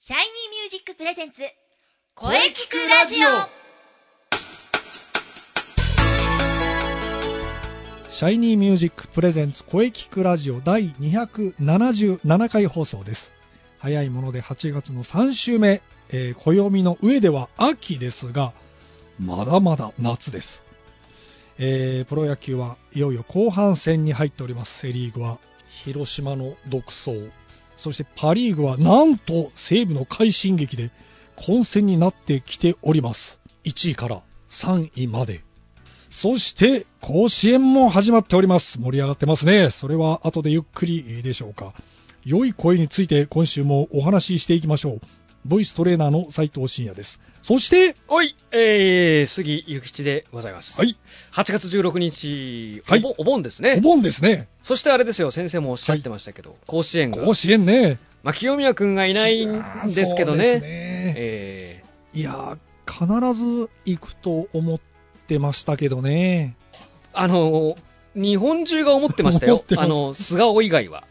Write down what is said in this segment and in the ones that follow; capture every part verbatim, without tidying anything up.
シャイニーミュージックプレゼンツ声聞くラジオ。 シャイニーミュージックプレゼンツ声聞くラジオ第にひゃくななじゅうななかい放送です。早いものではちがつのさん週目、えー、暦の上では秋ですがまだまだ夏です。えー、プロ野球はいよいよ後半戦に入っております。セリーグは広島の独走、そしてパリーグはなんと西武の快進撃で混戦になってきております。いちいからさんいまで。そして甲子園も始まっております。盛り上がってますね。それは後でゆっくりでしょうか。良い声について今週もお話ししていきましょう。ボイストレーナーの斉藤真也です。そしておい、えー、杉ゆきちでございます。 はい。 はちがつじゅうろくにち、 はい、 お, お盆ですね。 お盆ですね。 そしてあれですよ、先生もおっしゃってましたけど、はい、甲子園が。 甲子園ね。 まあ、清宮くんがいないんですけどね。 そうですね。 えー、いや必ず行くと思ってましたけどね。 あの日本中が思ってましたよ。あの菅生以外は。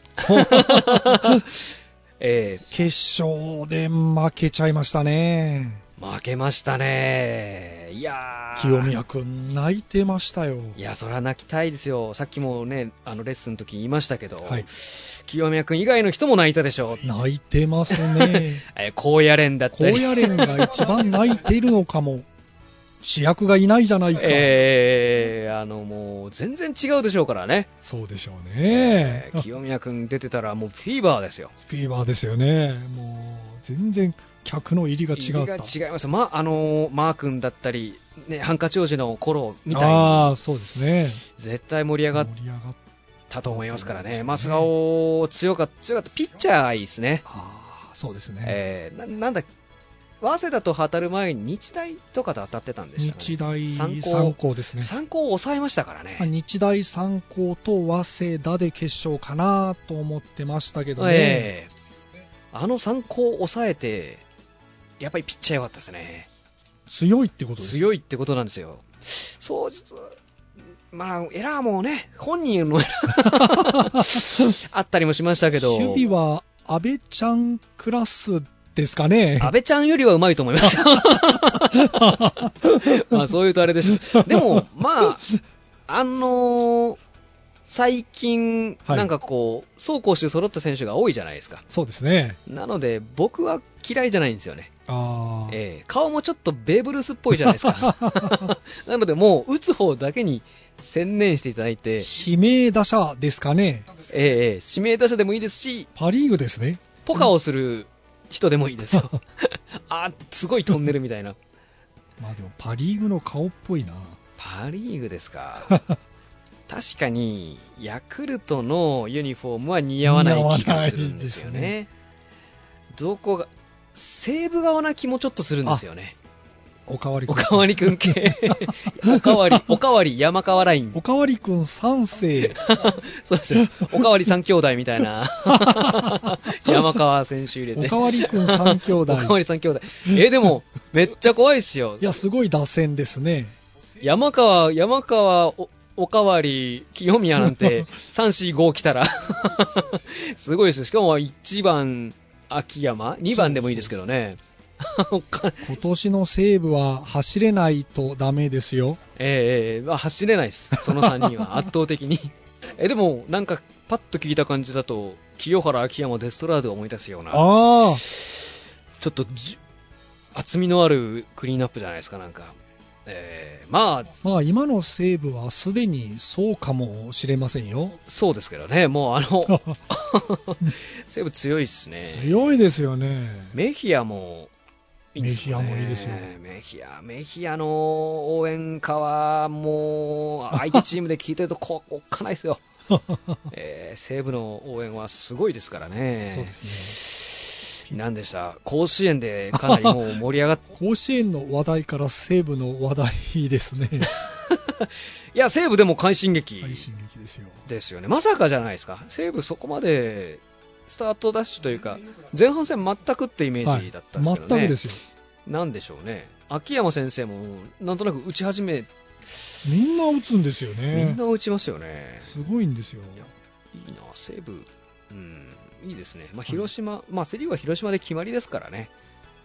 えー、決勝で負けちゃいましたね。 負けましたね。いやー、 清宮くん泣いてましたよ。 いや、それは泣きたいですよ。さっきもね、あのレッスンの時言いましたけど、はい、清宮くん以外の人も泣いたでしょ。 泣いてますね。 えー、高野連だったり、 高野連が一番泣いているのかも。主役がいないじゃないか。 えー、あのもう全然違うでしょうからね。 そうでしょうね。 えー、清宮くん出てたらもうフィーバーですよ。 フィーバーですよね。もう全然客の入りが違った。 入りが違います。まあのマー君だったり、ね、ハンカチ王子の頃みたいに。 ああ、そうですね。 絶対盛り上がったと思いますからね。まあ菅生強かった強かったピッチャーいいですね。 ああ、そうですね。 えー、な, なんだ。早稲田と当たる前に日大とかと当たってたんでしたかね。 日大三高ですね。 三高を抑えましたからね。 日大三高と早稲田で決勝かなと思ってましたけどね。 えー、あの三高を抑えてやっぱりピッチャー良かったですね。 強いってことです。 強いってことなんですよ。そう実はまあエラーもね本人のエラーあったりもしましたけど。 守備は阿部ちゃんクラスですかね。 安倍ちゃんよりはうまいと思いますよ。まあそういうとあれでしょ。でもまああのー、最近、はい、なんかこう走攻守揃った選手が多いじゃないですか。 そうですね。 なので僕は嫌いじゃないんですよね。 あ、 えー、顔もちょっとベーブ・ルースっぽいじゃないですか。なのでもう打つ方だけに専念していただいて。 指名打者ですかね。 えー、指名打者でもいいですし、 パリーグですね。 ポカをする人でもいいですよ。あ、すごいトンネルみたいな。 まあでもパリーグの顔っぽいな。 パリーグですか。確かにヤクルトのユニフォームは似合わない気がするんですよね。ね、どこが西武側な気もちょっとするんですよね。 おかわりくん。 おかわりくん系。おかわり、おかわり山川ライン。 おかわりくん三世。 そうですよ。おかわり三兄弟みたいな。山川選手入れて。 おかわりくん三兄弟。 おかわり三兄弟。えー、でも、めっちゃ怖いっすよ。 いや、すごい打線ですね。 山川、山川、お、おかわり、清宮なんて、さん、よん、ご来たら、すごいです。しかもいちばん、秋山、にばんでもいいですけどね。 今年の西武は走れないとダメですよ。 えー、えー、走れないです。そのさんにんは圧倒的に。えでもなんかパッと聞いた感じだと清原、秋山、デストラードを思い出すような。 あ、 ちょっとじ厚みのあるクリーンアップじゃないですか。なんか、えー、まあまあ今の西武はすでにそうかもしれませんよ。 そうですけどね。もうあの西武強いですね。 強いですよね。 メヒアもいいメヒアもいいですよ。 メヒア、メヒアの応援歌はもう相手チームで聞いてるとこおっかないですよ。えー、西武の応援はすごいですからね。 そうですね。 何でした。甲子園でかなりもう盛り上がっ甲子園の話題から西武の話題ですね。 いや西武でも快進撃快進撃ですよ。 ですよね。まさかじゃないですか。西武そこまでスタートダッシュというか前半戦全くってイメージだったんですけどね、 はい、全くですよ。 なんでしょうね。秋山先生もなんとなく打ち始めみんな打つんですよね。 みんな打ちますよね。 すごいんですよ。 いやいいな西武うん、いいですね。まあ、広島、はい、まあ、セリーグは広島で決まりですからね。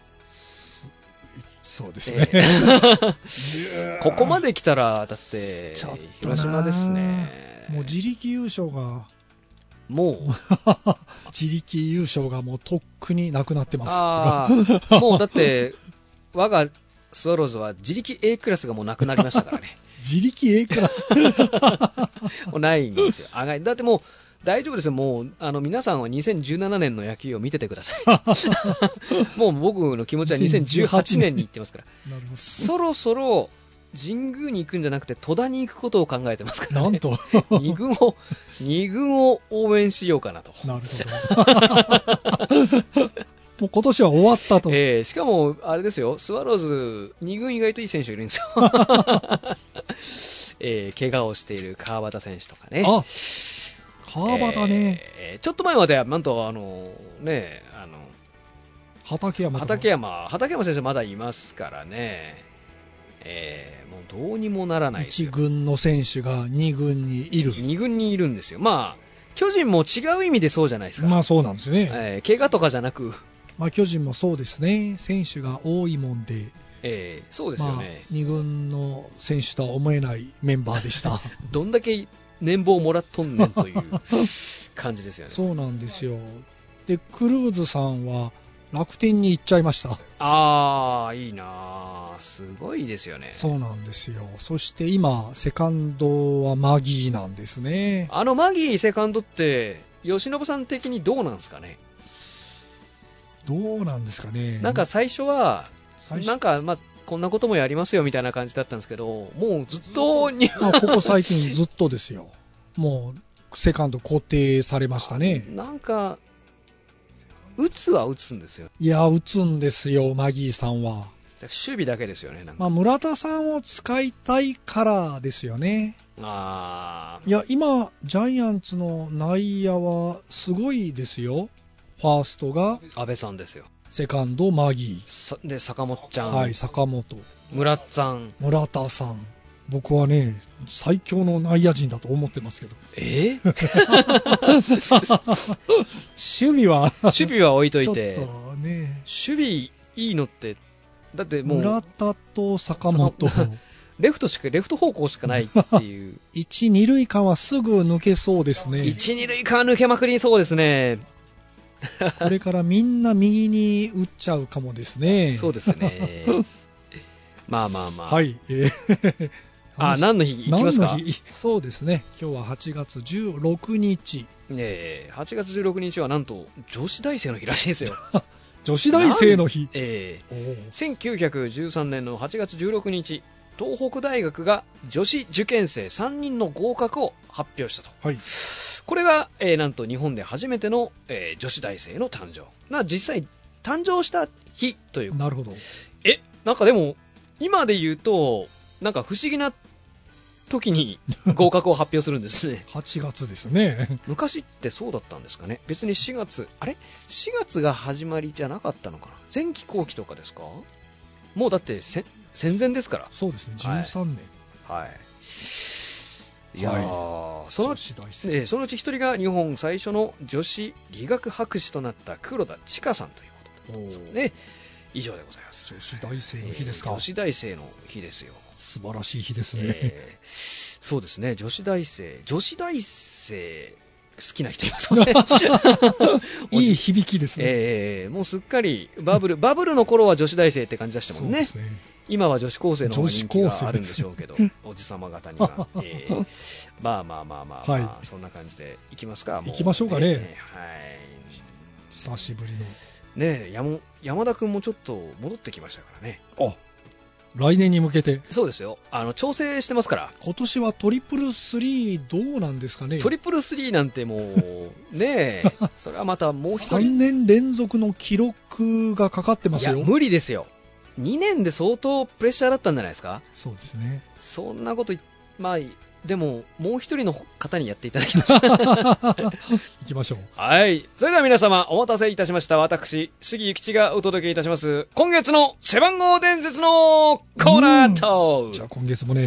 そうですね。 えー、ここまで来たら、だって、広島ですね。 もう自力優勝が、 もう、 自力優勝がもうとっくになくなってます。 あもうだって、我がスワローズは自力 A クラスがもうなくなりましたからね。 自力 A クラスもうないんですよ。あがだってもう、大丈夫ですよ。もう、あの、皆さんはにせんじゅうななねんの野球を見ててください。もう僕の気持ちはにせんじゅうはちねんに行ってますから。 なるほど。 そろそろ、神宮に行くんじゃなくて、戸田に行くことを考えてますからね。 なんと。 二軍を、二軍を応援しようかなと。 なるほど。もう今年は終わったと。 えー、しかも、あれですよ、スワローズ、二軍意外といい選手いるんですよ。えー、怪我をしている川端選手とかね。 あ川端ね、 えー、ちょっと前までは、なんと、あの、ね、あの、 畠山畠山、畠山選手まだいますからね、えー、もうどうにもならないですよ。 いち軍の選手がに軍にいる。 に軍にいるんですよ。まあ、巨人も違う意味でそうじゃないですか。 まあそうなんですね。 えー、怪我とかじゃなく。 まあ巨人もそうですね。選手が多いもんで。 えー、そうですよね。 まあ、に軍の選手とは思えないメンバーでした。 どんだけ年俸もらっとんねんという感じですよね。 そうなんですよ。で、クルーズさんは楽天に行っちゃいました。 ああ、いいなあ、すごいですよね。 そうなんですよ。そして今セカンドはマギーなんですね。 あのマギーセカンドって由伸さん的にどうなんですかね。 どうなんですかね。 なんか最初は最初なんかまあこんなこともやりますよみたいな感じだったんですけど、もうずっとにまあここ最近ずっとですよ。もうセカンド固定されましたね。 なんか打つは打つんですよ。 いや打つんですよマギーさんは。 守備だけですよね。なんかまあ村田さんを使いたいからですよね。 あいや今ジャイアンツの内野はすごいですよ。ファーストが安倍さんですよ。 セカンドマギーで坂本ちゃん、 はい、坂本村田さん、 村田さん。僕はね最強の内野陣だと思ってますけど。 え守備は守備は置いといて、 ちょっとね、 守備いいのってだってもう村田と坂本レフトしかレフト方向しかないっていういち、に塁間はすぐ抜けそうですね。 いち、に塁間抜けまくりそうですね。 これからみんな右に打っちゃうかもですね。 そうですね。まあまあまあ。 はい。えー、 あ、何の日行きますか？ そうですね。今日ははちがつじゅうろくにち。 えー、はちがつじゅうろくにちはなんと女子大生の日らしいですよ。 女子大生の日。 えー、せんきゅうひゃくじゅうさんねんのはちがつじゅうろくにち、東北大学が女子受験生さんにんの合格を発表したと。 はい。 これが、えー、なんと日本で初めての、えー、女子大生の誕生。な実際誕生した日という。 なるほど。 え、なんかでも今で言うとなんか不思議な時に合格を発表するんですね。 はちがつですね。 昔ってそうだったんですかね。別にしがつ、あれしがつが始まりじゃなかったのかな。前期後期とかですか。もうだって戦前ですから。 そうですね。じゅうさんねん。はい。はい、いやー、はい、そのうち、 えそのうち一人が日本最初の女子理学博士となった黒田千佳さんということですね。以上でございます。 女子大生の日ですか。 えー、女子大生の日ですよ。 素晴らしい日ですね。 えー、そうですね。女子大生、女子大生好きな人いますもんね。 いい響きですね。 えー、もうすっかりバブルバブルの頃は女子大生って感じでしたもんね。そうですね。今は女子高生の方が人気があるんでしょうけど、おじさま方には、えー、まあまあまあまあ、まあはい、そんな感じでいきますか。 行きましょうかね。 はい。 久しぶりの。 ねえ、山山田君もちょっと戻ってきましたからね。 あ、来年に向けて。 そうですよ。あの調整してますから。 今年はトリプルスリーどうなんですかね。 トリプルスリーなんてもうねえ、それはまたもう一人さんねん連続の記録がかかってますよ。 いや無理ですよ。にねんで相当プレッシャーだったんじゃないですか。 そうですね。 そんなことまあでももう一人の方にやっていただきましょう。行きましょう。 はい。それでは皆様お待たせいたしました。私杉ゆきちがお届けいたします今月の背番号伝説のコーナーと。 じゃあ今月もね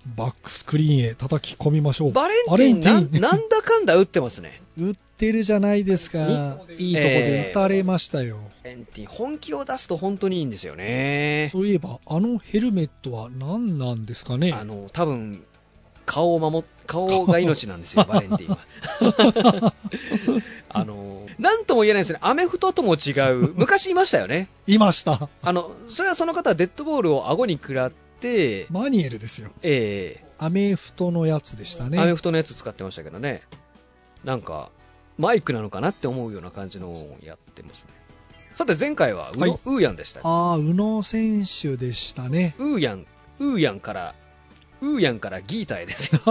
バックスクリーンへ叩き込みましょう。 バレンティン、 バレンティンな、なんだかんだ打ってますね。 打ってるじゃないですか。いいとこで打たれましたよ。 バレンティン、本気を出すと本当にいいんですよね。 そういえば、あのヘルメットは何なんですかね。 あの、多分、顔を守っ、顔が命なんですよ、バレンティンは。あの、なんとも言えないですね。アメフトとも違う。昔いましたよね。 いました。 あの、それはその方はデッドボールを顎に食らって、 マニエルですよ。 ええー、アメフトのやつでしたね。 アメフトのやつ使ってましたけどね。なんか、マイクなのかなって思うような感じのをやってますね。さて前回はウノ、はい、ウーヤンでした。 ああ、宇野選手でしたね。 ウーヤン、ウーヤンから、ウーヤンからギータへですよ。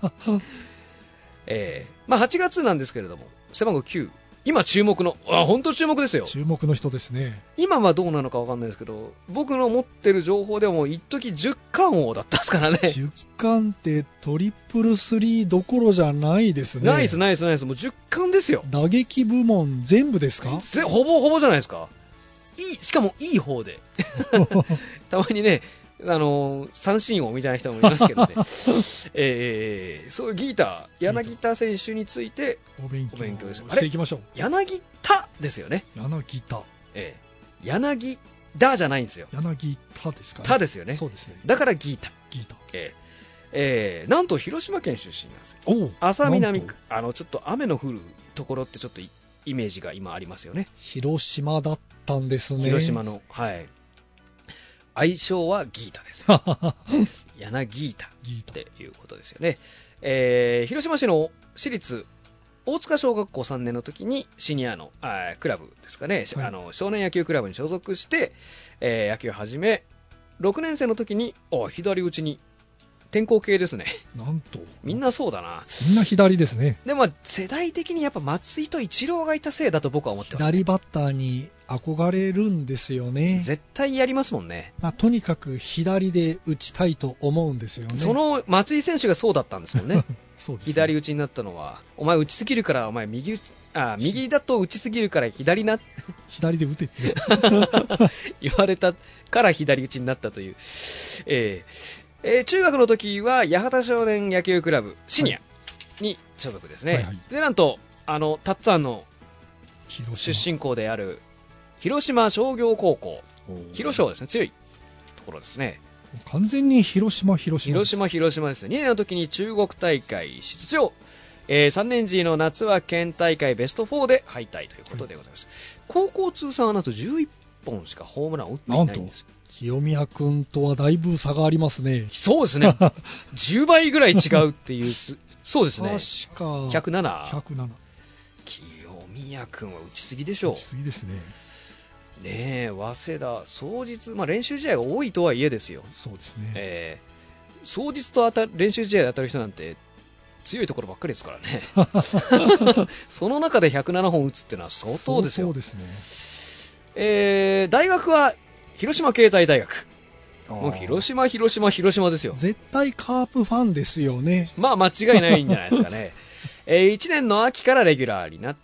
えー、まあはちがつなんですけれども、背番号きゅう、今注目の、あ、本当注目ですよ。 注目の人ですね。 今はどうなのかわかんないですけど、僕の持ってる情報ではもう一時じゅっかん王だったですからね。 じゅっかんってトリプルスリーどころじゃないですね。 ナイスナイスナイス、もうじゅっかんですよ。 打撃部門全部ですか？ ほぼほぼじゃないですか。いい、しかもいい方で。たまにね、あのー、三振王みたいな人もいますけどね。えー、そういうギーター、柳田選手についてお勉強お勉強です。 していきましょう。 柳田ですよね。 柳田。 えー、柳田じゃないんですよ。 柳田ですかね。 田ですよね。 そうですね。 だからギータ。 ギータ。 えーえー、なんと広島県出身なんですよ。 お安佐南区。あの、ちょっと雨の降るところってちょっとイメージが今ありますよね。 広島だったんですね。 広島の、はい。愛称はギータです。柳ギータっていうことですよね。えー、広島市の市立大塚小学校さんねんの時にシニアのあクラブですかね、はい、あの少年野球クラブに所属して、えー、野球を始め、ろくねん生の時にお左打ちに転向系ですね。 なんとみんなそうだな。 みんな左ですね。 でも世代的にやっぱ松井とイチローがいたせいだと僕は思ってます、ね。 左バッターに憧れるんですよね。 絶対やりますもんね。 まあ、とにかく左で打ちたいと思うんですよね。 その松井選手がそうだったんですもんね。 そうですね。 左打ちになったのは、お前打ちすぎるからお前右打ちあ右だと打ちすぎるから左な左で打てって言われたから左打ちになったという。えーえー、中学の時は八幡少年野球クラブシニアに所属ですね。はいはいはい、でなんとあのタッツァンの出身校である広島商業高校、広商ですね、強いところですね。 完全に広島広島広島広島ですね。にねんの時に中国大会出場、えー、さんねん時の夏は県大会ベストフォーで敗退ということでございます。はい、高校通算はなんとじゅういっぽんしかホームランを打っていないんです。 清宮君とはだいぶ差がありますね。 そうですね。じゅうばいぐらい違うっていうす、そうですね。 確か。 ひゃくなな。 ひゃくなな。 清宮君は打ちすぎでしょう。 打ちすぎですね。 ねえ、早稲田、双日、まあ練習試合が多いとはいえですよ。 そうですね。 えー、双日と当た練習試合で当たる人なんて強いところばっかりですからね。その中でひゃくななほん打つってのは相当ですよ。 そうですね。 えー、大学は広島経済大学。もう広島、広島、広島ですよ。 絶対カープファンですよね。 まあ間違いないんじゃないですかね。えー、いちねんの秋からレギュラーになって、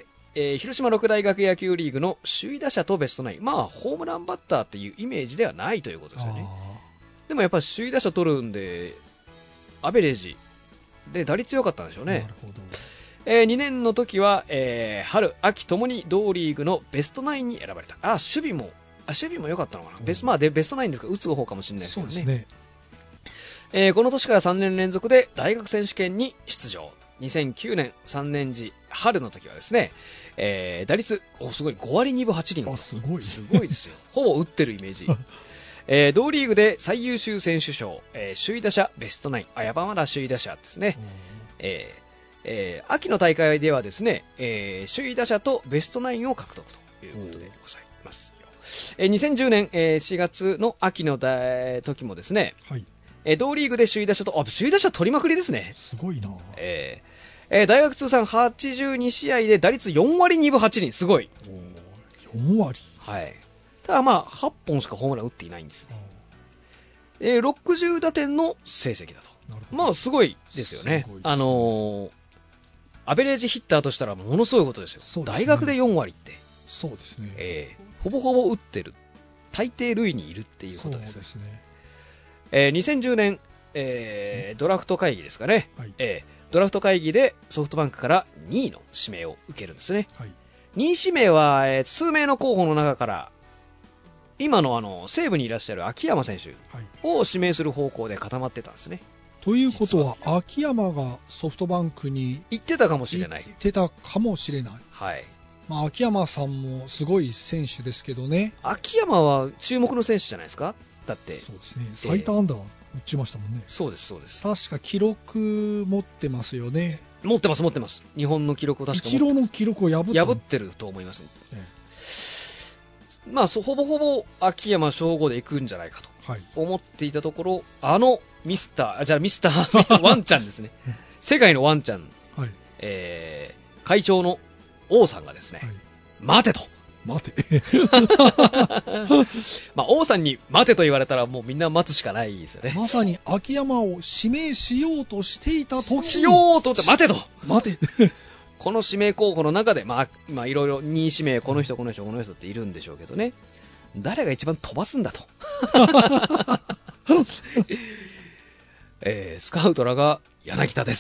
えー、広島六大学野球リーグの首位打者とベストナイン。まあホームランバッターっていうイメージではないということですよね。でもやっぱり首位打者取るんで、アベレージで打率良かったんでしょうね。 なるほど。 えー、にねんの時は、えー、春、秋ともに同リーグのベストナインに選ばれた。あ、守備もあ守備も良かったのかな、ベス、まあ、でベストナインですから打つ方かもしれないですけどね。 そうですね。 えー、この年からさんねん連続で大学選手権に出場。にせんきゅうねんさんねん時春の時はですね、えー、打率おすごいごわりにぶはちりん。 あ、すごいすごいですよ。ほぼ打ってるイメージ。えー、同リーグで最優秀選手賞、えー、首位打者ベストナイン、あやばまだ首位打者ですね。えーえー、秋の大会ではですね、えー、首位打者とベストナインを獲得ということでございます。えー、にせんじゅうねん、えー、しがつの秋の時もですね、 はい、 えー、同リーグで首位打者と、あ、首位打者取りまくりですね。 すごいな。 えーえー、大学通算はちじゅうにしあいで打率よんわりにぶはちりん、すごい。 よんわり。 はい。ただまあはっぽんしかホームラン打っていないんですね。えー、ろくじゅうだてんの成績だと。まあすごいですよね。あのー、アベレージヒッターとしたらものすごいことですよ。そうですね、大学でよんわりって。 そうですね。 えー、ほぼほぼ打ってる。大抵塁にいるっていうことです。 そうですね。 えー、にせんじゅうねんえー、ドラフト会議ですかね、 はい、 えー、ドラフト会議でソフトバンクからにいの指名を受けるんですね。 はい、 にい指名は、えー、数名の候補の中から今のあの西武にいらっしゃる秋山選手を指名する方向で固まってたんですね。 ということは秋山がソフトバンクに行ってたかもしれない。 行ってたかもしれない。 はい。 まあ、秋山さんもすごい選手ですけどね。 秋山は注目の選手じゃないですか。だってそうですね。最多安打打ちましたもんね。 そうですそうです。 確か記録持ってますよね。 持ってます持ってます。日本の記録を確か持ってイチローの記録を破って破ってると思います、ね。ええ、まあほぼほぼ秋山翔吾で行くんじゃないかと思っていたところ、はい、あのミスターじゃあミスターワンちゃんですね。世界のワンちゃん、はい、えー、会長の王さんがですね、はい、待てと。 待て。 まあ王さんに待てと言われたらもうみんな待つしかないですよね。 まさに秋山を指名しようとしていた時にしようとって待てと待て。 この指名候補の中でまあまあいろいろにい指名この人この人この人っているんでしょうけどね。誰が一番飛ばすんだと。えー、スカウトらが柳田です。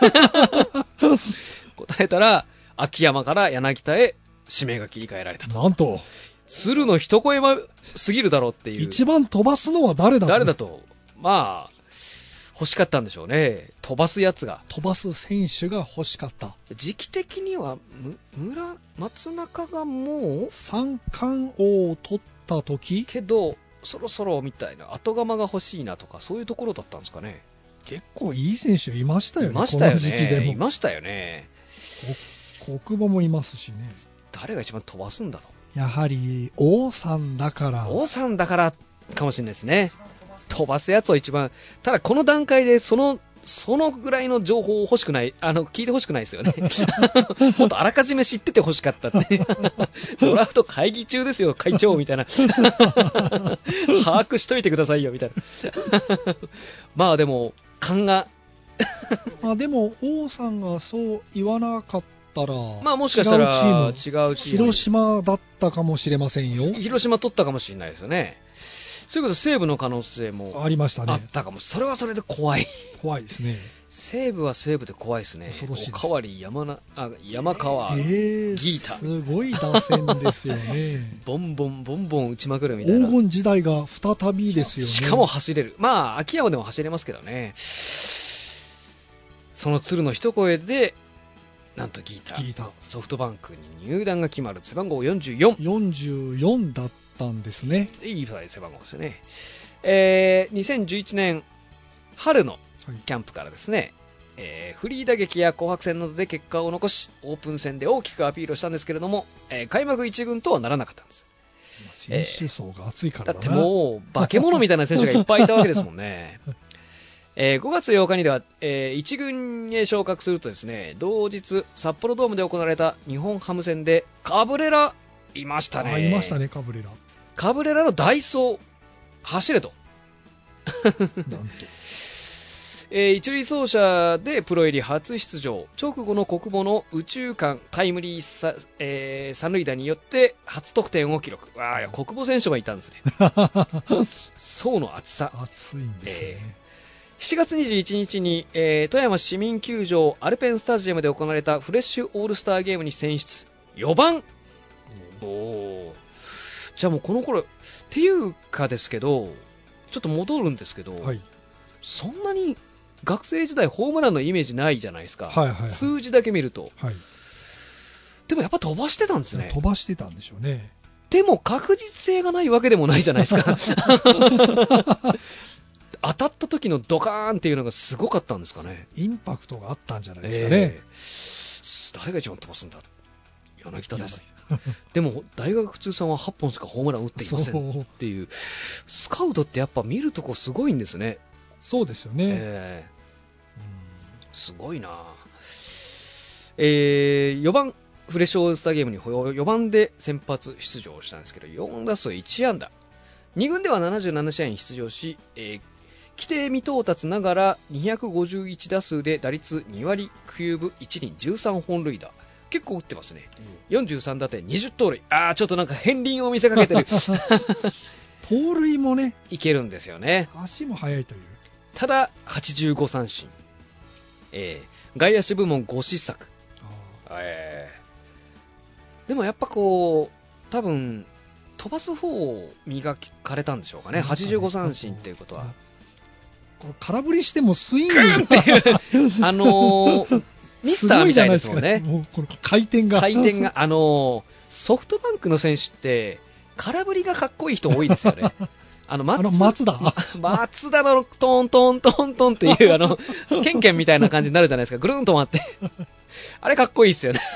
答えたら秋山から柳田へ指名が切り替えられたと。 なんと鶴の一声すぎるだろうっていう。 一番飛ばすのは誰だ、ね、 誰だと。まあ欲しかったんでしょうね。飛ばすやつが飛ばす選手が欲しかった。 時期的には村松中がもう三冠王を取った時けどそろそろみたいな後釜が欲しいなとかそういうところだったんですかね。 結構いい選手いましたよね。 いましたよね。 この時期でもいましたよね。 国母もいますしね。 誰が一番飛ばすんだと。 やはり王さんだから王さんだからかもしれないですね。飛ばすやつを一番。ただこの段階でそのそのぐらいの情報を欲しくない、あの聞いて欲しくないですよね。もっとあらかじめ知ってて欲しかったってドラフト会議中ですよ会長みたいな把握しといてくださいよみたいなまあでも勘がまあでも王さんがそう言わなかったらまあもしかしたら違うチーム広島だったかもしれませんよ。 広島取ったかもしれないですよね。そういうこと西武の可能性もありましたね。 あったかも。それはそれで怖い。 怖いですね。 西武は西武で怖いですね。 恐ろしいです。 おかわり山なあ山川、 えー、 ギータすごい打線ですよね。 ボンボンボンボン打ちまくるみたいな。 黄金時代が再びですよね。 しかも走れる。まあ秋山でも走れますけどね。その鶴の一声でなんとギータ、 ギータソフトバンクに入団が決まる背番号よんじゅうよん。 よんじゅうよんだったんですね。 いい背番号ですよね。えー、にせんじゅういちねん春のキャンプからですね、はい、えー、フリー打撃や紅白戦などで結果を残しオープン戦で大きくアピールをしたんですけれども、えー、開幕一軍とはならなかったんです。 選手層が厚いからな、 えー、だってもう化け物みたいな選手がいっぱいいたわけですもんね。えー、ごがつようかにでは、えー、一軍へ昇格するとですね、同日札幌ドームで行われた日本ハム戦でカブレラいましたね。 あ、いましたね、カブレラ。 カブレラの代走走れとなんと、 えー、一塁走者でプロ入り初出場、直後の国母の右中間タイムリーさ、えー、三塁打によって初得点を記録。わあ、国母選手がいたんですね。層の厚さ、 厚いんですね。えーしちがつにじゅういちにちに、えー、富山市民球場アルペンスタジアムで行われたフレッシュオールスターゲームに選出、よばん。おお、じゃあもうこの頃っていうかですけど、ちょっと戻るんですけど、はい、そんなに学生時代ホームランのイメージないじゃないですか、 はいはいはい、 数字だけ見ると、はい、でもやっぱ飛ばしてたんですね。 飛ばしてたんでしょうね。 でも確実性がないわけでもないじゃないですか。当たった時のドカーンっていうのがすごかったんですかね。 インパクトがあったんじゃないですかね。えー、誰が一番飛ばすんだ。柳田です。でも大学通算ははっぽんしかホームラン打っていませんっていう。スカウトってやっぱ見るとこすごいんですね。 そうですよね。 えー、うん、すごいな。えー、よばんフレッシュオールスターゲームによばんで先発出場したんですけど、よんだすういちあんだ、にぐんではななじゅうななしあいに出場し、えー規定未到達ながらにひゃくごじゅういちだすうで打率にわりきゅうぶいちりんじゅうさんほんるいだ。結構打ってますね、うん、よんじゅうさんだてんにじゅうとうるい。あー、ちょっとなんか片鱗を見せかけてる。 盗塁もねいけるんですよね。 足も速いという。 ただはちじゅうご三振、えー、外野手部門ご失策、えー、でもやっぱこう多分飛ばす方を磨かれたんでしょうかね、はちじゅうご三振っていうことは。 これ空振りしてもスイングっていうあのー、ミスターみたいですもんね。 もうこの回転が回転があのー、ソフトバンクの選手って空振りがかっこいい人多いですよね。あの 松, あの松田松田のトントントントンっていうあのケンケンみたいな感じになるじゃないですか。ぐるんと回ってあれかっこいいですよね。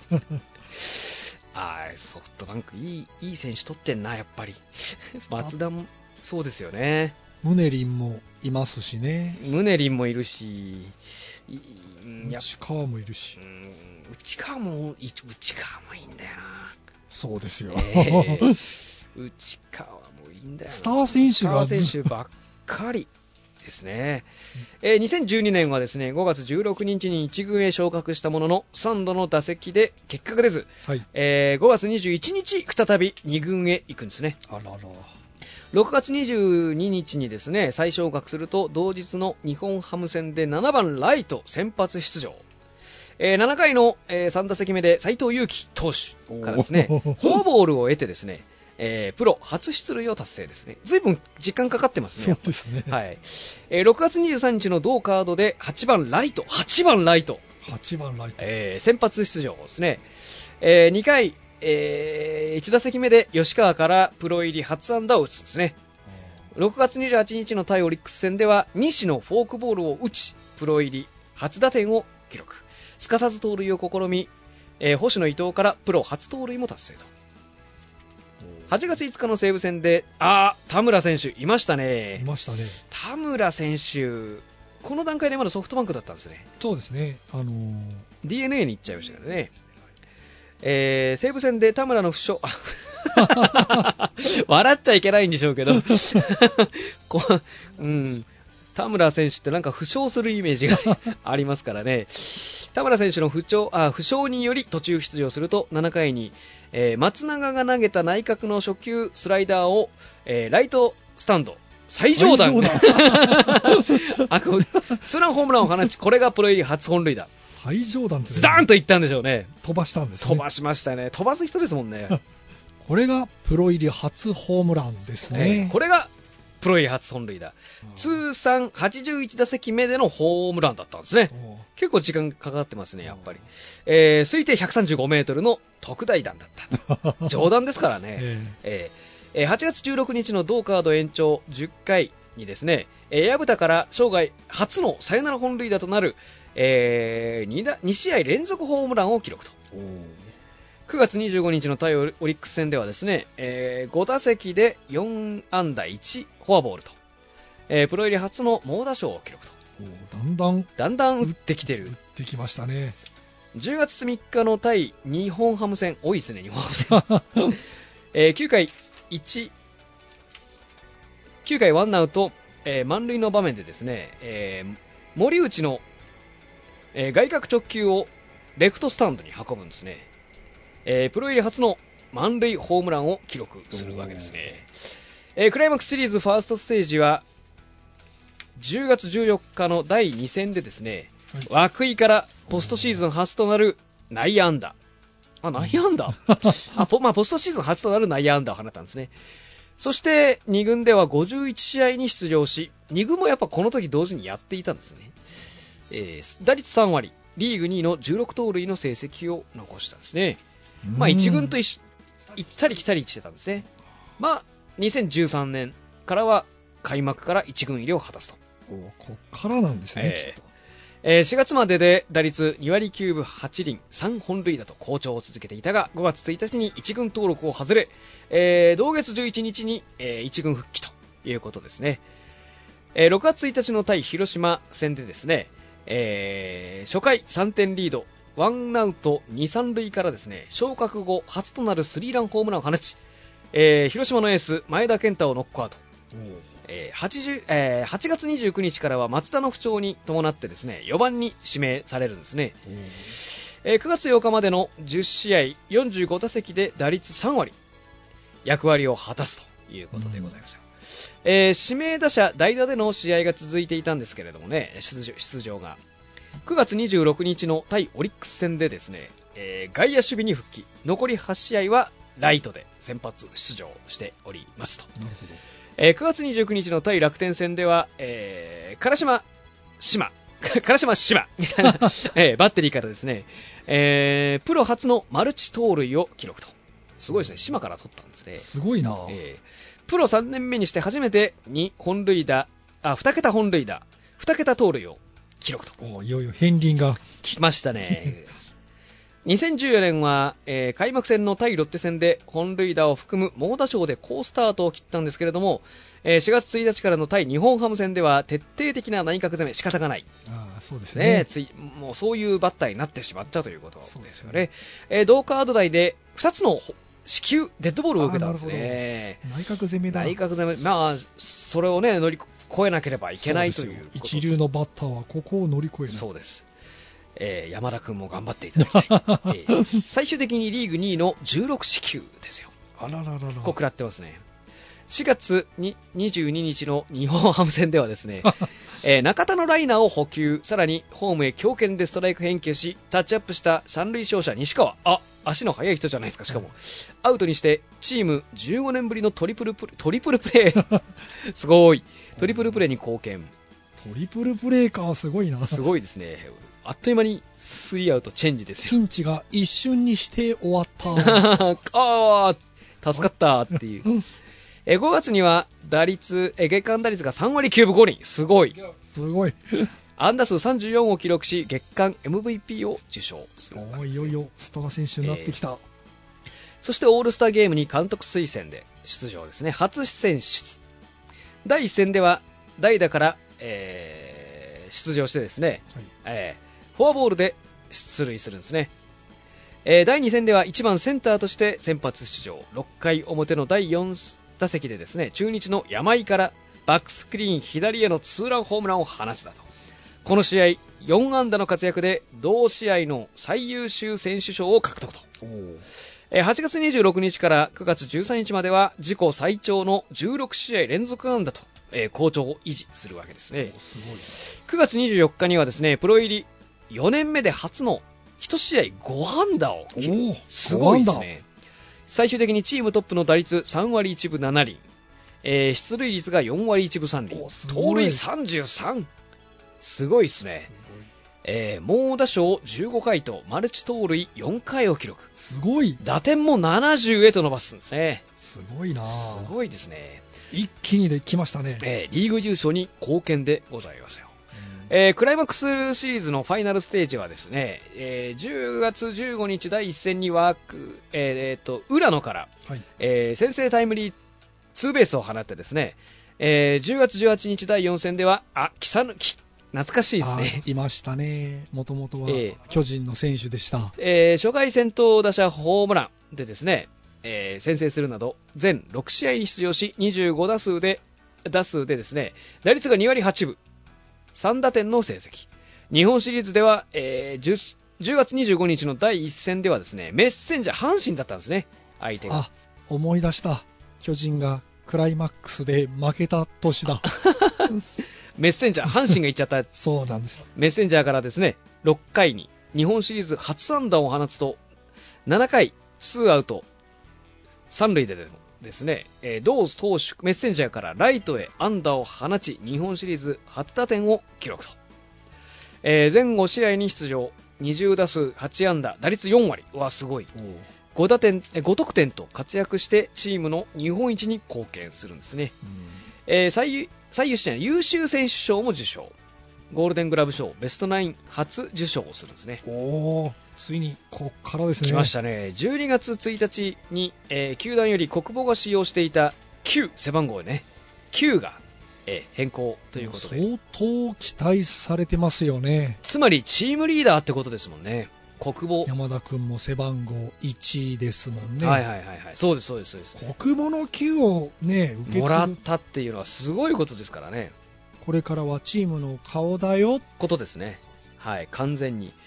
あソフトバンクいい、いい選手取ってんなやっぱり。松田もそうですよね。 ムネリンもいますしね。 ムネリンもいるし、 内川もいるし、 うん内川も内川もいいんだよな。 そうですよ、 えー、内川もいいんだよな。 スター選手がスター選手ばっかりですね。えー、にせんじゅうにねんはですねごがつじゅうろくにちにいち軍へ昇格したもののさんどの打席で結果が出ず、はい、えー、ごがつにじゅういちにち再びに軍へ行くんですね。 あらら。 ろくがつにじゅうににちにですね再昇格すると同日の日本ハム戦でななばんライト先発出場、えー、ななかいの、えー、さん打席目で斉藤佑樹投手からですねフォアボールを得てですね、えー、プロ初出塁を達成ですね。ずいぶん時間かかってますね。 そうですね、 はいえー、ろくがつにじゅうさんにちの同カードではちばんライトはちばんライトはちばんライト、 えー、先発出場ですね、えー、にかいえー、いち打席目で吉川からプロ入り初安打を打つんですね。ろくがつにじゅうはちにちの対オリックス戦では西のフォークボールを打ちプロ入り初打点を記録、すかさず盗塁を試み、えー、星野伊藤からプロ初盗塁も達成と。はちがついつかの西武戦であー田村選手いましたね。 いましたね。 田村選手この段階でまだソフトバンクだったんですね。 そうですね、あのー、 ディーエヌエー に行っちゃいましたからね。えー、西武戦で田村の負傷笑っちゃいけないんでしょうけどこう、うん、田村選手ってなんか負傷するイメージがありますからね。田村選手の不調あ負傷により途中出場するとななかいに、えー、松永が投げた内角の初球スライダーを、えー、ライトスタンド最上段あこツーランホームランを放ちこれがプロ入り初本塁打。 最上段ってズダーンといったんでしょうね。 飛ばしたんですね。 飛ばしましたね。飛ばす人ですもんね。 これがプロ入り初ホームランですね、 えー、これがプロ入り初本塁打、通算はちじゅういち打席目でのホームランだったんですね。結構時間かかってますねやっぱり、えー、推定ひゃくさんじゅうごメートルの特大弾だった冗談ですからね、えーえー、はちがつじゅうろくにちの同カード延長じゅっかいにですね薮田から生涯初のサヨナラ本塁打となるえー、2, に試合連続ホームランを記録と。くがつにじゅうごにちの対オリックス戦ではですね、えー、ご打席でよんあんだいちフォアボールと、えー、プロ入り初の猛打賞を記録と。 だんだんだんだん打ってきてる。 打ってきましたね。 じゅうがつみっかの対日本ハム戦多いですね日本ハム戦、えー、きゅうかいいち きゅうかいワンアウト、えー、満塁の場面でですね、えー、森内のえー、外角直球をレフトスタンドに運ぶんですね、えー、プロ入り初の満塁ホームランを記録するわけですね、えー、クライマックスシリーズファーストステージはじゅうがつじゅうよっかのだいに戦でですね、はい、涌井からポストシーズン初となる内野安打あ内野安打あポ、まあ、ポストシーズン初となる内野安打を放ったんですね。そしてに軍ではごじゅういち試合に出場しに軍もやっぱこの時同時にやっていたんですね。えー、打率さんわりリーグにいのじゅうろく盗塁の成績を残したんですね。まあ、いち軍と行ったり来たりしてたんですね。まあ、にせんじゅうさんねんからは開幕からいち軍入りを果たすと。 おこっからなんですね、えー、きっと、 えー、しがつまでで打率にわりきゅうぶはちりんさんほん塁打と好調を続けていたがごがつついたちにいち軍登録を外れ、えー、同月じゅういちにちに、えー、いち軍復帰ということですね。えー、ろくがつついたちの対広島戦でですねえー、初回さんてんリードワンアウトに、さん塁からですね昇格後初となるスリーランホームランを放ち、えー、広島のエース前田健太をノックアウト、えー 80えー、はちがつにじゅうくにちからは松田の不調に伴ってですねよばんに指名されるんですね、えー、くがつようかまでのじゅっしあいよんじゅうご打席で打率さんわり役割を果たすということでございます。 えー、指名打者代打での試合が続いていたんですけれどもね、出場、出場がくがつにじゅうろくにちの対オリックス戦でですね、えー、外野守備に復帰、残りはち試合はライトで先発出場しておりますと。なるほど。えー、くがつにじゅうくにちの対楽天戦では、えー、唐島島唐島島みたいな、えー、バッテリーからですね、えー、プロ初のマルチ盗塁を記録と。すごいですね、島から取ったんですね。 すごいな、 えー、プロさんねんめにして初めてに本塁打、あ、に桁本塁打、に桁盗塁を記録と。 お、いよいよ片鱗が来ましたね。にせんじゅうよねんは、えー、開幕戦の対ロッテ戦で本塁打を含む猛打賞で好スタートを切ったんですけれども、えー、しがつついたちからの対日本ハム戦では徹底的な内角攻め、仕方がない。 ああ、そうですね。 ね、ついもうそういうバッターになってしまったということですよね。そうですね。えー、同カード内でふたつの四球デッドボールを受けたんですね。 内角攻めだ。 内角攻め、まあそれをね乗り越えなければいけないということです。 一流のバッターはここを乗り越えない。 そうです。えー、山田君も頑張っていただきたい、えー、最終的にリーグにいのじゅうろく四球ですよ。 あらららら、 こう食らってますね。しがつににじゅうににちの日本ハム戦ではですね、えー、中田のライナーを捕球、さらにホームへ強肩でストライク返球し、タッチアップした三塁走者西川、あ、足の速い人じゃないですか。しかもアウトにしてチームじゅうごねんぶりのトリプルプレー、トリプルプレーすごい、トリプルプレーに貢献。 トリプルプレーか、すごいな。 すごいですね。あっという間にスリーアウトチェンジですよ。 ピンチが一瞬にして終わったあー、助かったっていう。えごがつには打率、え月間打率がさんわりきゅうぶごりん、すごい。 すごい。 安打数さんじゅうよんを記録し、月間 エムブイピー を受賞する。 お、いよいよスター選手になってきた、えー。 そしてオールスターゲームに監督推薦で出場ですね。初選出。だいいっ戦では代打から、えー、出場してですね、はい、えー、フォアボールで出塁するんですね。えー、だいに戦ではいちばんセンターとして先発出場。ろっかい表のだいよん打席でですね、中日の山井からバックスクリーン左へのツーランホームランを放つだと。この試合よん安打の活躍で同試合の最優秀選手賞を獲得と。はちがつにじゅうろくにちからくがつじゅうさんにちまでは自己最長のじゅうろく試合連続安打と、えー、好調を維持するわけですね。すごい。くがつにじゅうよっかにはですね、プロ入りよねんめで初のいち試合ご安打を記録。すごいですね。最終的にチームトップの打率さんわりいちぶななりん、えー、出塁率がよんわりいちぶさんりん、盗塁さんじゅうさん、すごいですね。えー、猛打賞じゅうごかいとマルチ盗塁よんかいを記録。 すごい。 打点もななじゅうへと伸ばすんですね。 すごいな。 すごいですね。 一気にできましたね。 えー、リーグ優勝に貢献でございますよ。えー、クライマックスシリーズのファイナルステージはですね、えー、じゅうがつじゅうごにちだいいっ戦には、えーえー、と浦野から、はい、えー、先制タイムリーツーベースを放ってですね、えー、じゅうがつじゅうはちにちだいよん戦では、あ、草抜き、懐かしいですね。 いましたね。もともとは巨人の選手でした。 えー、初回先頭打者ホームランでですね、えー、先制するなど全ろく試合に出場しにじゅうご打数で打数でですね、打率がにわりはちぶ、さん打点の成績。日本シリーズでは、えー、10, じゅうがつにじゅうごにちのだいいっ戦ではですね、メッセンジャー阪神だったんですね、相手が。 あ、思い出した。巨人がクライマックスで負けた年だ。 メッセンジャー、阪神が行っちゃった。 そうなんです。 メッセンジャーからですね、ろっかいに日本シリーズ初安打を放つと、ななかいツーアウトさん塁でですね、えー、同投手メッセンジャーからライトへ安打を放ち、日本シリーズ初打点を記録と。えー、全ご試合に出場、にじゅう打数はち安打、打率よんわり。うわ、すごい。ご打点、ご得点と活躍してチームの日本一に貢献するんですね。えー、最最優秀優秀選手賞も受賞。ゴールデングラブ賞ベストナイン初受賞をするんですね。 おー、ついにこっからですね。 来ましたね。じゅうにがつついたちに、えー、球団より国母が使用していたきゅう背番号ね、きゅうが、えー、変更ということで相当期待されてますよね。 つまりチームリーダーってことですもんね。国母山田君も背番号いちですもんね。 はいはいはいはい、そうですそうですそうです。 国母のきゅうをね受け継ぐもらったっていうのはすごいことですからね。 これからはチームの顔だよことですね。はい、完全に。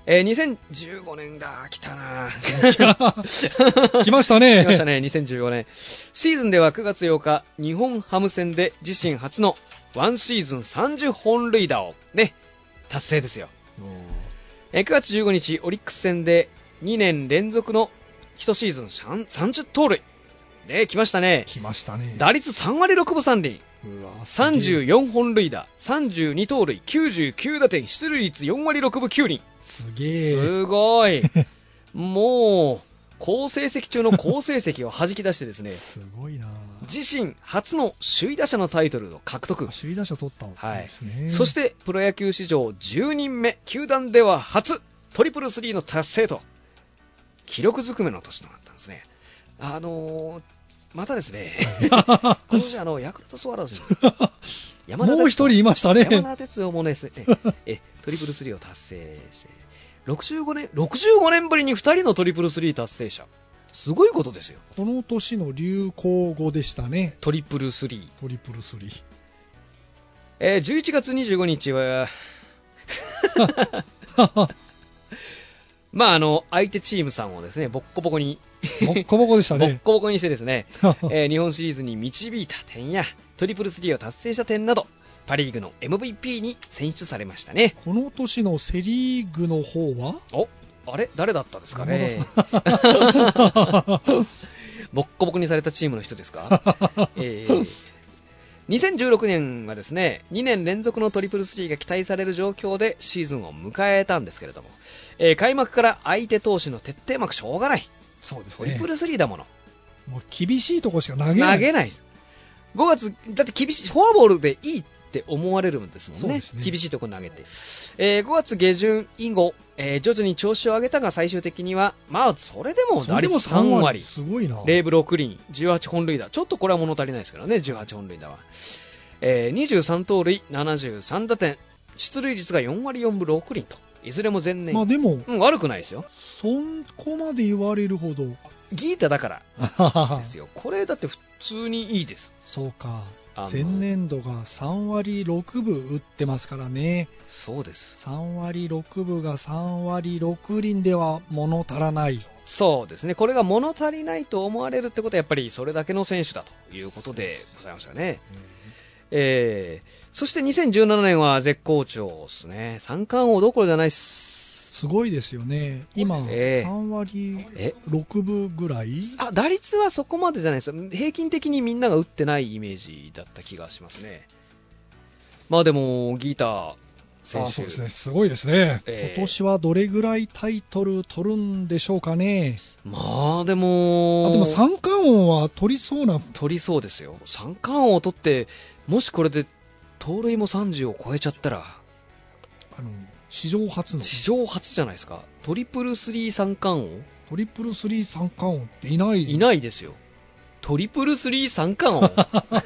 えー、にせんじゅうごねんだ、来たな来ましたね。 来ましたね、にせんじゅうごねん。シーズンではくがつようか、日本ハム戦で自身初のワンシーズンさんじゅっぽん塁打をね、達成ですよ。えー、くがつじゅうごにち、オリックス戦でにねん連続のいちシーズンさんじゅう盗塁。ね、来ましたね。 来ましたね。 打率さんわりろくぶさんりん。 うわ、 さんじゅうよんほん塁打、さんじゅうに盗塁、きゅうじゅうきゅう打点、出塁率よんわりろくぶきゅうりん。 すげえ。 すごい。もう、好成績中の好成績を弾き出してですね、 すごいな。 自身初の首位打者のタイトルを獲得。 首位打者取ったんですね。 はい。そして、プロ野球史上じゅうにんめ、球団では初、トリプルスリーの達成と、記録ずくめの年となったんですね。あのー、またですね、今年あのヤクルトスワローズに山田もう一人いましたね。 山田哲人もね、えトリプルスリーを達成してろくじゅうごねん、ろくじゅうごねんぶりにふたりのトリプルスリー達成者、すごいことですよ。 この年の流行語でしたね、 トリプルスリー。 トリプルスリー。 えー、じゅういちがつにじゅうごにちはまああの相手チームさんをですね、ボッコボコにボッコボコでしたね。 ボッコボコにしてですね、えー、日本シリーズに導いた点やトリプルスリーを達成した点など、パリーグの エムブイピー に選出されましたね。 この年のセリーグの方は、 お、あれ誰だったですかね。ボッコボコにされたチームの人ですか。えーにせんじゅうろくねんはですね、にねん連続のトリプルスリーが期待される状況でシーズンを迎えたんですけれども、えー、開幕から相手投手の徹底マークしょうがない。 そうですね。 トリプルスリーだもの。 もう厳しいとこしか投げない。 投げないです。ごがつ、だって厳しい、フォアボールでいいって思われるんですもん ね, ね厳しいところ投げて、えー、ごがつげじゅん以後、えー、徐々に調子を上げたが最終的にはまあそれでも打率さんわり、 すごいな。 レーブろくりん、じゅうはちほん塁打、ちょっとこれは物足りないですからね、じゅうはちほん塁打は、えー、にじゅうさん盗塁、ななじゅうさん打点、出塁率がよんわりよんぶろくりんと、いずれも前年、 まあでも、 うん、悪くないですよ。 そこまで言われるほどギータだからですよ。これだって普通にいいです。 そうか。前年度がさんわりろくぶ打ってますからね。 そうです。 さんわりろくぶがさんわりろくりんでは物足らない。 そうですね。これが物足りないと思われるってことはやっぱりそれだけの選手だということでございましたね。うん、えー、そしてにせんじゅうななねんは絶好調ですね。三冠王どころじゃないっす。 すごいですよね。今、 えー、 さんわりろくぶぐらい。 あ、打率はそこまでじゃないです。平均的にみんなが打ってないイメージだった気がしますね。まあでもギーター選手、 あ、そうですね、すごいですね、 えー、 今年はどれぐらいタイトル取るんでしょうかね。 まあでもあでも三冠王は取りそうな。 取りそうですよ。三冠王を取ってもしこれで盗塁もさんじゅうを超えちゃったら、 あの史上初の史上初じゃないですか。トリプルスリー三冠王、 トリプルスリー三冠王っていないいないですよ。トリプルスリー三冠王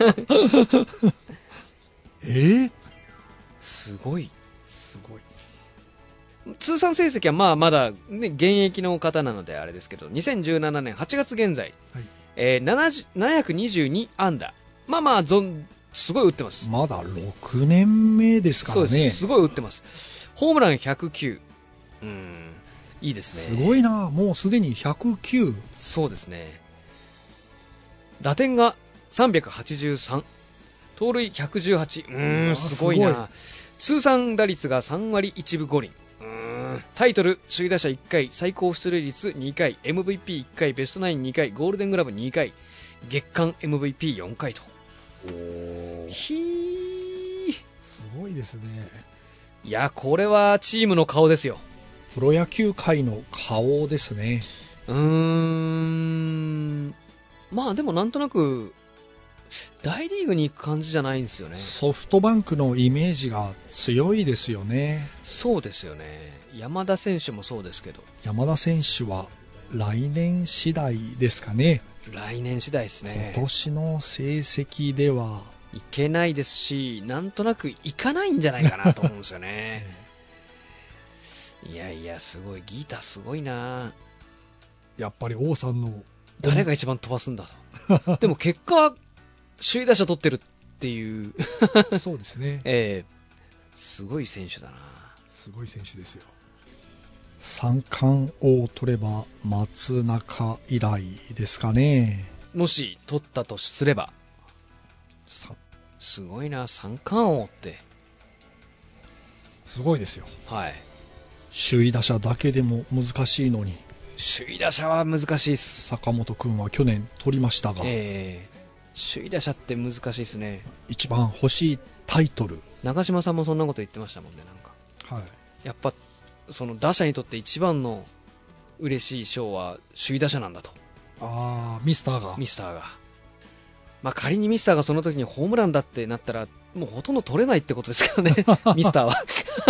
えー、 すごいすごい。 通算成績はまあまだ、ね、現役の方なのであれですけど、にせんじゅうななねんはちがつ現在、はい、えー、ななひゃくにじゅうにあんだ、まあまあぞんすごい打ってます。 まだろくねんめですからね。 そうです、すごい打ってます。ホームランひゃくきゅう、うーん、いいですね。 すごいな、もうすでにひゃくきゅう。 そうですね。打点がさんびゃくはちじゅうさん、盗塁ひゃくじゅうはち、うーん、すごいな。通算打率がさんわりいちぶごりん、うーん、タイトル首位打者いっかい、最高出塁率にかい、 エムブイピーいっかい、ベストナインにかい、ゴールデングラブにかい、月間 エムブイピーよんかいと。おひー、 すごいですね。 いや、これはチームの顔ですよ。 プロ野球界の顔ですね。 うーん、まあでもなんとなく大リーグに行く感じじゃないんですよね。 ソフトバンクのイメージが強いですよね。 そうですよね。山田選手もそうですけど、 山田選手は来年次第ですかね。 来年次第ですね。 今年の成績ではいけないですし、なんとなくいかないんじゃないかなと思うんですよね。いやいや、すごい、ギータすごいな。 やっぱり王さんの誰が一番飛ばすんだと。でも結果首位打者取ってるっていうそうですね、 えー、すごい選手だな。 すごい選手ですよ。 三冠王を取れば松中以来ですかね。 もし取ったとすれば。 さすごいな、三冠王って。 すごいですよ。 はい。 首位打者だけでも難しいのに。 首位打者は難しいっす。 坂本君は去年取りましたが、 えー、首位打者って難しいですね。 一番欲しいタイトル。 長嶋さんもそんなこと言ってましたもんね。なんか、 はい、 やっぱその打者にとって一番の嬉しい賞は首位打者なんだと。 あー、ミスターがミスターが、まあ、仮にミスターがその時にホームランだってなったらもうほとんど取れないってことですからねミスターは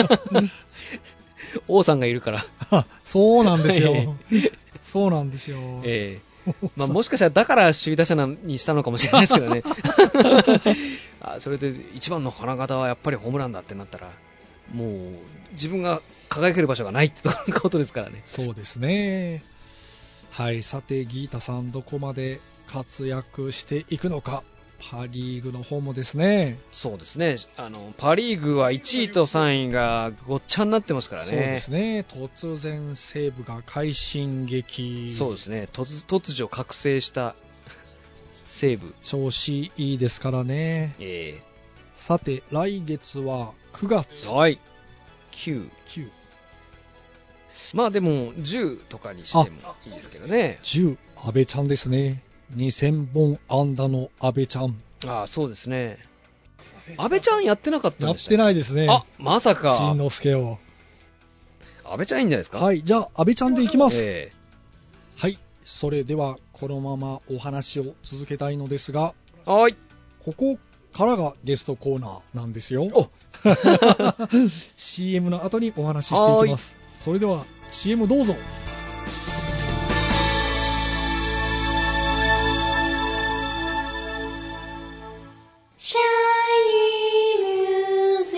王さんがいるからそうなんですよそうなんですよ、 えーまあ、もしかしたらだから首位打者にしたのかもしれないですけどねあ、それで一番の花形はやっぱりホームランだってなったらもう自分が輝ける場所がないってことですからね。 そうですね。はい、さてギータさんどこまで活躍していくのか。パリーグの方もですね。 そうですね、あのパリーグはいちいとさんいがごっちゃになってますからね。 そうですね、突然西武が快進撃。 そうですね、突, 突如覚醒した西武、 調子いいですからね、 えー、 さて来月はくがつ、 はいきゅう、 きゅう、 まあでもじゅうとかにしてもいいですけどね。 じゅう、安倍ちゃんですね。にせんぼん安打の安倍ちゃん。 ああ、そうですね。安倍ちゃんやってなかったんでしたっけ？ やってないですね。 あ、まさか。 新之助を。 安倍ちゃんいいんじゃないですか。 はい、じゃあ安倍ちゃんでいきます。 えー、はい、それではこのままお話を続けたいのですが、 はい、 ここからがゲストコーナーなんですよ。 おシーエム の後にお話ししていきます。それでは シーエム どうぞ。 シャイニーミュージ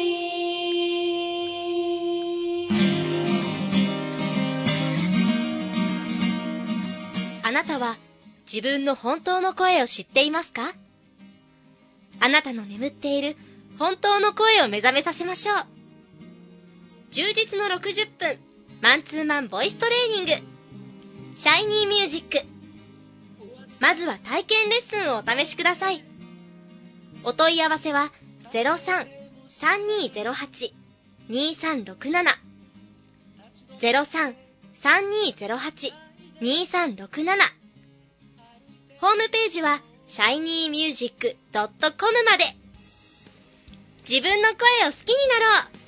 ック。あなたは自分の本当の声を知っていますか？あなたの眠っている本当の声を目覚めさせましょう。充実のろくじゅっぷんマンツーマンボイストレーニング、シャイニーミュージック。まずは体験レッスンをお試しください。お問い合わせは ゼロさん さんにーゼロはち にーさんろくなな ゼロさん さんにーゼロはち にーさんろくなな。ホームページは シャイニーミュージックドットコム まで。自分の声を好きになろう。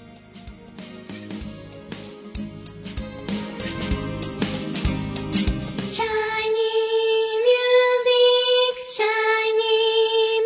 シャイニーミュージック、シャイニーミ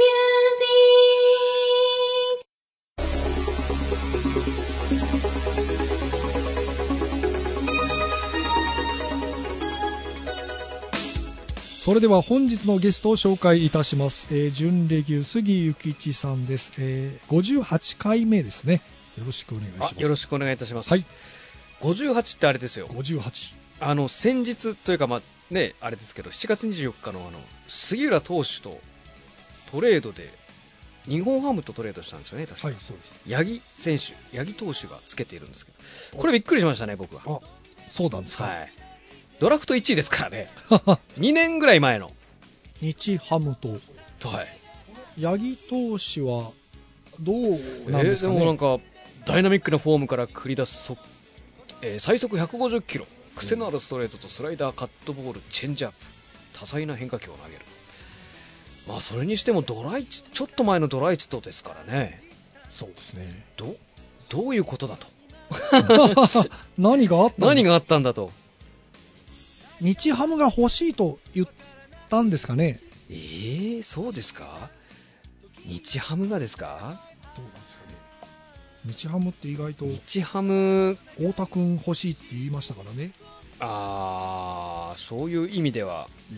それでは本日のゲストを紹介いたします。えー、準レギュ杉ゆきちさんです。えー、ごじゅうはちかいめですね。よろしくお願いします。 よろしくお願いいたします。 はい。 ごじゅうはちってあれですよ。 ごじゅうはち。 あの先日というか、まあね、あれですけどしちがつにじゅうよっかのあの杉浦投手とトレードで日本ハムとトレードしたんですよね、確か。 はい、そうです。 八木選手、八木投手がつけているんですけど、これびっくりしましたね、僕は。 あ、そうなんですか。 はい。ドラフトいちいですからね。にねんぐらい前の日ハムと、 はい、 八木投手はどうなんですかね。 えー、でもなんかダイナミックなフォームから繰り出す、えー、最速ひゃくごじゅっキロ、癖のあるストレートとスライダー、カットボール、チェンジアップ、多彩な変化球を投げる。まあそれにしてもドライチ、ちょっと前のドライチとですからね。 そうですね。 どどういうことだと何があったん何があったんだと。 日ハムが欲しいと言ったんですかね。 えー、そうですか。日ハムがですか。 どうなんですかね。日ハムって意外と日ハム太田君欲しいって言いましたからね。 あー、そういう意味では、 うん、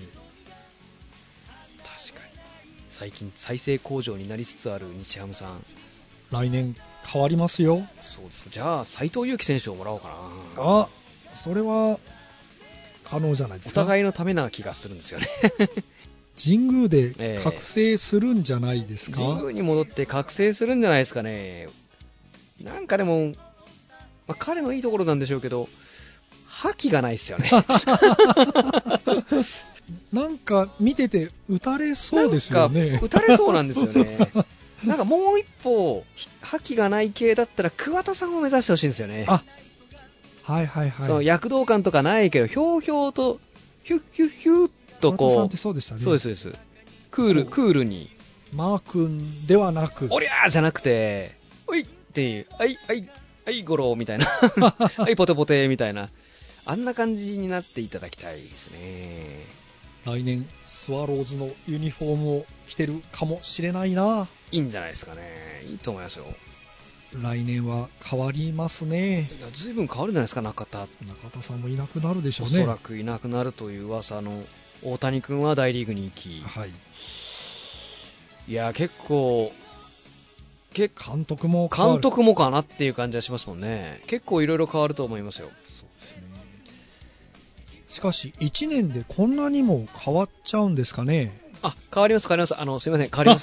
確かに最近再生工場になりつつある日ハムさん、 来年変わりますよ。 そうですか。じゃあ斎藤佑樹選手をもらおうかな。 あ、それは可能じゃないですか。 お互いのためな気がするんですよね神宮で覚醒するんじゃないですか、 えー、神宮に戻って覚醒するんじゃないですかね。なんかでも、まあ、彼のいいところなんでしょうけど、 覇気がないっすよね。 なんか見てて打たれそうですよね。 なんか打たれそうなんですよね。なんかもう一歩覇気がない系だったら桑田さんを目指してほしいんですよね。 あ、はいはいはい。 その躍動感とかないけど、ひょうひょうとヒュッヒュッヒュッとこう。 桑田さんってそうでしたね。 そうですそうです。クールクールに。 マー君ではなく。 おりゃーじゃなくて、おいっていう、はいはいはいゴロみたいな、はいポテポテみたいな、あんな感じになっていただきたいですね。 来年スワローズのユニフォームを着てるかもしれないな。 いいんじゃないですかね。いいと思いますよ。 来年は変わりますね。 いや、ずいぶん変わるんじゃないですか。中田中田さんもいなくなるでしょうね。 おそらくいなくなるという噂の大谷君は大リーグに行き、 はい、 いや結構監督も監督もかなっていう感じはしますもんね。結構いろいろ変わると思いますよ。 そうですね。しかしいちねんでこんなにも変わっちゃうんですかね。 あ、変わります変わります。あのすいません、変わります。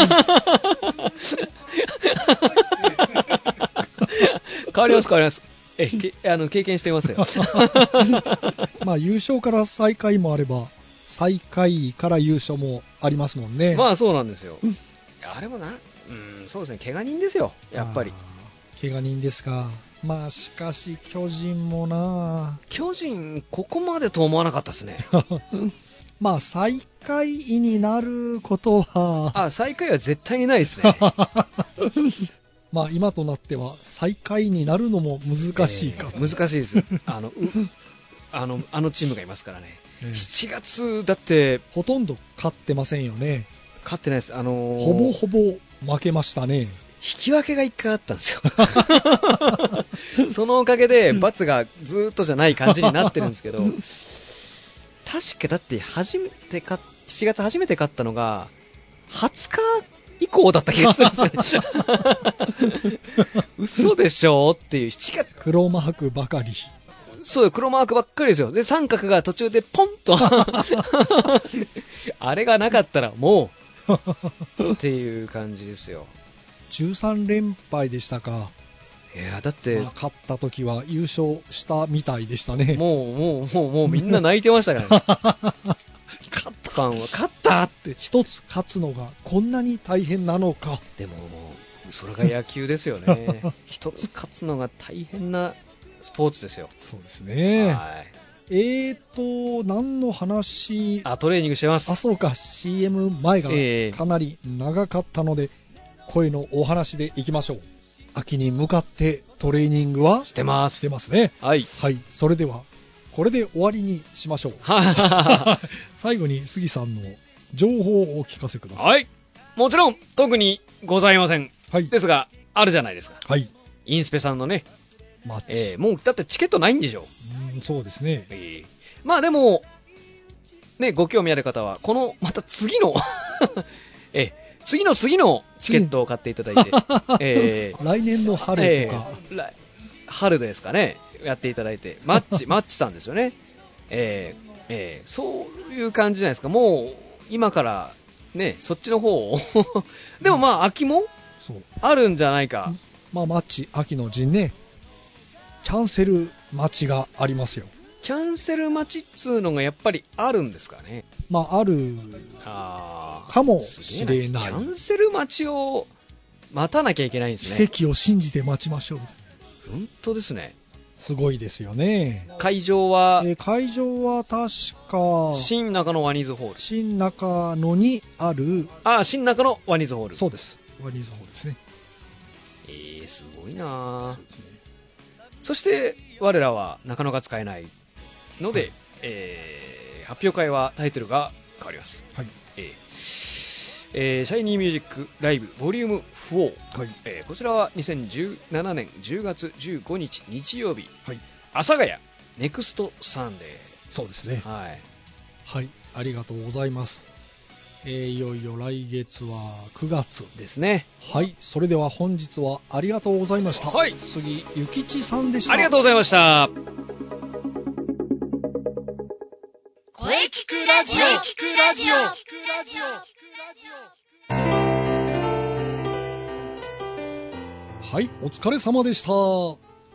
変わります変わります。えけあの経験していますよ。 まあ優勝から最下位もあれば最下位から優勝もありますもんね。 まあそうなんですよ。あれもな、うん、そうですね、怪我人ですよ、やっぱり。 怪我人ですか。まあしかし巨人もな、 巨人ここまでと思わなかったですね。 まあ最下位になることは、 あ、最下位は絶対にないですね。 まあ今となっては最下位になるのも難しいか、 えー、難しいですよ。あのあのあのチームがいますからね。えー、しちがつだってほとんど勝ってませんよね。 勝ってないです。あのー、 ほぼほぼ負けましたね。 引き分けがいっかいあったんですよ。そのおかげで罰がずーっとじゃない感じになってるんですけど、確かだって初めてかしちがつ初めて勝ったのがはつか以降だった気がするんですよね。嘘でしょっていう。しちがつ黒マークばかり。 そうよ、黒マークばっかりですよ。で三角が途中でポンとあれがなかったらもうっていう感じですよ。 じゅうさんれんぱいでしたか。 いやだって、 まあ、勝った時は優勝したみたいでしたね。 もうもうもうもうみんな泣いてましたからね。勝ったファンは勝ったって一つ勝つのがこんなに大変なのか。 でももうそれが野球ですよね。一つ勝つのが大変なスポーツですよ。 そうですね。 はい。 えーと何の話。 あ、トレーニングしてます。 あ、そうか。 シーエム 前がかなり長かったので、えー、声のお話でいきましょう。秋に向かってトレーニングはしてます。 してますね。 はい、 はい、それではこれで終わりにしましょう。最後に杉さんの情報をお聞かせください。 はい、もちろん特にございません、 はい、 ですがあるじゃないですか。 はい、 インスペさんのね、 マッチ、 えー、もうだってチケットないんでしょ。 うん、そうですね、 えー、まあでもね、ご興味ある方はこのまた次のえー次の次のチケットを買っていただいて、 えー、来年の春とか、 えー、春ですかね、やっていただいて、マッチマッチさんですよね、えーえー、そういう感じじゃないですか。もう今からね、そっちの方をでもまあ秋もあるんじゃないか。 まあマッチ秋の陣ね、キャンセル待ちがありますよ。 キャンセル待ちっつうのがやっぱりあるんですかね。 まああるかもしれない。 キャンセル待ちを待たなきゃいけないんですね。 奇跡を信じて待ちましょう。 本当ですね。 すごいですよね。 会場は、 えー、会場は確か新中野ワニーズホール。 新中野にある、 ああ、新中野ワニーズホール。 そうです。ワニーズホールですね。 えー、すごいなぁ。 そ, ね、そして我らは中野が使えないので、はい、えー、発表会はタイトルが変わります。 はい。 えーえー、シャイニーミュージックライブボリュームフォー、はい、えー、こちらはにせんじゅうななねんじゅうがつじゅうごにち日曜日、はい、阿佐ヶ谷ネクストサンデー。 そうですね。 はい、はい、 ありがとうございます。えー、いよいよ来月はくがつですね。 はい、それでは本日はありがとうございました。 はい、 杉ゆきちさんでした。 ありがとうございました。 声聞くラジオ、聞くラジオ、聞くラジオ。 はい、お疲れ様でした。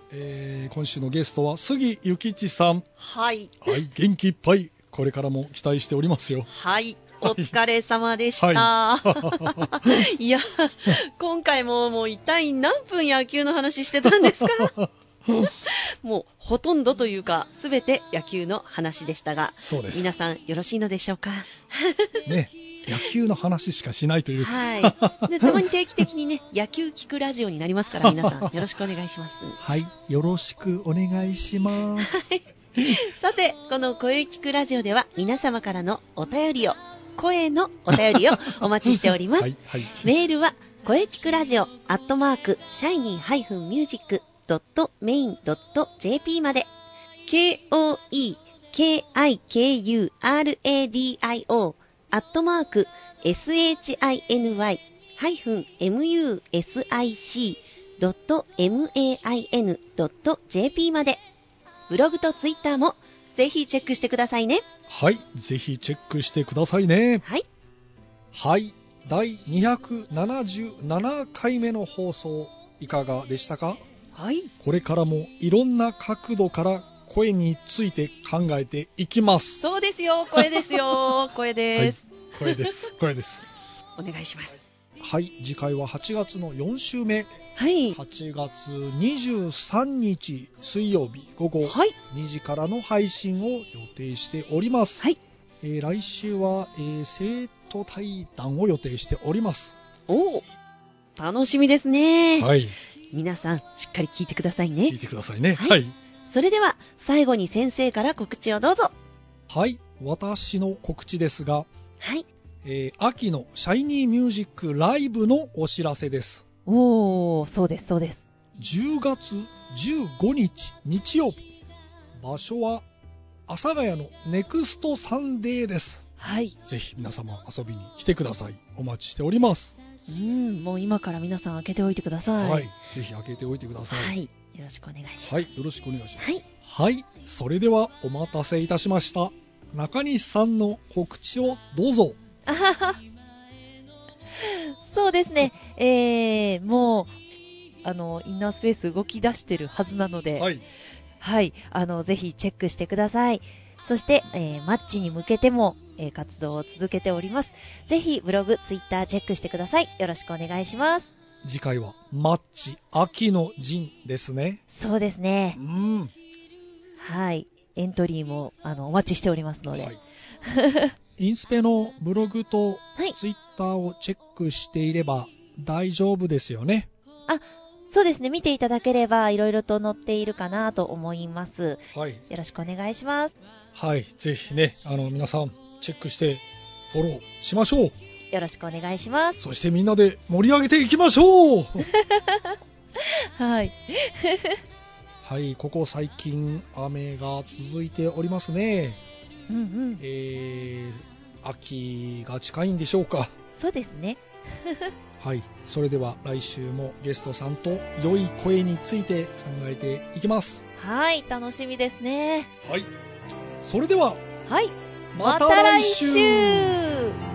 えー、今週のゲストは杉ゆきちさん。 はい。 はい、元気いっぱい、これからも期待しておりますよ。 はい。お疲れ様でした。はい、いや、今回ももう一体何分野球の話してたんですか？もうほとんどというか全て野球の話でしたが、 そうです。 皆さんよろしいのでしょうか？ ね、野球の話しかしないという。 はい。で、たまに定期的にね、野球聞くラジオになりますから、皆さんよろしくお願いします。 はい、よろしくお願いします。 さて、この声聞くラジオでは皆様からのお便りを、声のお便りをお待ちしております。はいはい、メールは声聞くラジオアットマークシャイニーハイフンミュージックドットメインドットジェーピー まで ケーオーイーケーアイケーユーアールエーディーアイオー アットマーク シャイニーハイフンミュージックドットメインドットジェーピー まで。ブログとツイッターもぜひチェックしてくださいね。 はい、ぜひチェックしてくださいね。 はい。 はい、だいにひゃくななじゅうななかいめの放送いかがでしたか？ はい。これからもいろんな角度から声について考えていきます。 そうですよ、声ですよ、声です。 はい、声です、声です。 お願いします。 はい、次回ははちがつのよん週目。 はい。 はちがつにじゅうさんにち水曜日午後にじからの配信を予定しております。 はい。 えー、来週は、えー、生徒対談を予定しております。 おお、楽しみですね。 はい。 皆さんしっかり聞いてくださいね。 聞いてくださいね。 はい。はい、それでは最後に先生から告知をどうぞ。 はい、私の告知ですが、 はい。 えー、秋のシャイニーミュージックライブのお知らせです。 おー、そうですそうです。 じゅうがつじゅうごにち日曜日、場所は阿佐ヶ谷のネクストサンデーです。 はい。 ぜひ皆様遊びに来てください。お待ちしております。 うん、もう今から皆さん開けておいてください。 はい、ぜひ開けておいてください。 はい、よろしくお願いします。 はい、よろしくお願いします。 はい、 はい、それではお待たせいたしました。中西さんの告知をどうぞ。 あはは。そうですね、えー、もうあのインナースペース動き出してるはずなので、 はい、 はい、あのぜひチェックしてください。そして、えー、マッチに向けても、えー、活動を続けております。ぜひブログ、ツイッターチェックしてください。よろしくお願いします。 次回はマッチ秋の陣ですね。 そうですね。 うん。 はい、エントリーもあのお待ちしておりますので。はいインスペのブログとはい、 ツイッターをチェックしていれば大丈夫ですよね。 あ、そうですね。見ていただければいろいろと載っているかなと思います。 はい。 よろしくお願いします。 はい。ぜひね、あの皆さんチェックしてフォローしましょう。 よろしくお願いします。 そしてみんなで盛り上げていきましょう。 はい。 はい。ここ最近雨が続いておりますね。 うんうん。 えー、秋が近いんでしょうか。 そうですね。 はい、それでは来週もゲストさんと良い声について考えていきます。 はい、楽しみですね。 はい、それでは、 はい、 また来週。 また来週